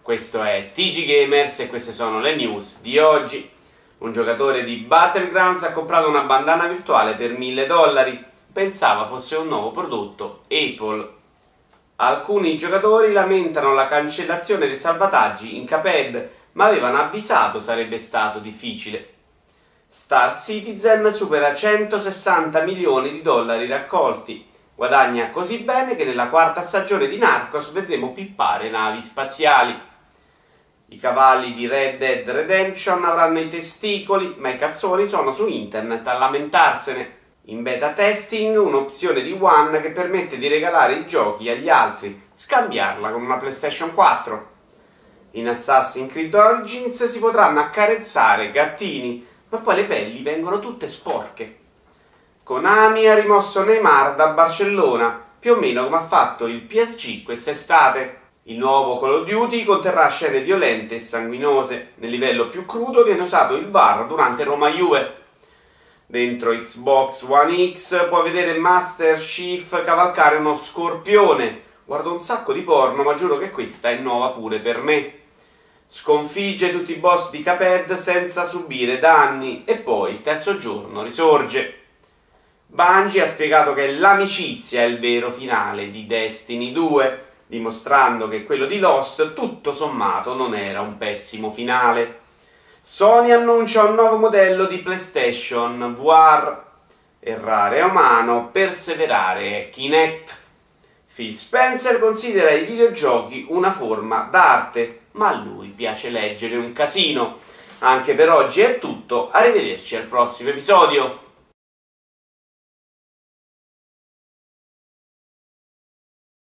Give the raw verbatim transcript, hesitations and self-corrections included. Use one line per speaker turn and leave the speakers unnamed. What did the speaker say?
Questo è T G Gamers e queste sono le news di oggi. Un giocatore di Battlegrounds ha comprato una bandana virtuale per mille dollari. Pensava fosse un nuovo prodotto Apple. Alcuni giocatori lamentano la cancellazione dei salvataggi in Cuphead, ma avevano avvisato sarebbe stato difficile. Star Citizen supera centosessanta milioni di dollari raccolti. Guadagna così bene che nella quarta stagione di Narcos vedremo pippare navi spaziali. I cavalli di Red Dead Redemption avranno i testicoli, ma i cazzoni sono su internet a lamentarsene. In beta testing un'opzione di One che permette di regalare i giochi agli altri, scambiarla con una PlayStation quattro. In Assassin's Creed Origins si potranno accarezzare gattini, ma poi le pelli vengono tutte sporche. Konami ha rimosso Neymar da Barcellona, più o meno come ha fatto il P S G quest'estate. Il nuovo Call of Duty conterrà scene violente e sanguinose. Nel livello più crudo viene usato il V A R durante Roma-Juve. Dentro Xbox One X puoi vedere Master Chief cavalcare uno scorpione. Guardo un sacco di porno, ma giuro che questa è nuova pure per me. Sconfigge tutti i boss di Cuphead senza subire danni e poi il terzo giorno risorge. Bungie ha spiegato che l'amicizia è il vero finale di Destiny due, dimostrando che quello di Lost tutto sommato non era un pessimo finale. Sony annuncia un nuovo modello di PlayStation V R. Errare è umano, perseverare è Kinect. Phil Spencer considera i videogiochi una forma d'arte, ma a lui piace leggere un casino. Anche per oggi è tutto, arrivederci al prossimo episodio.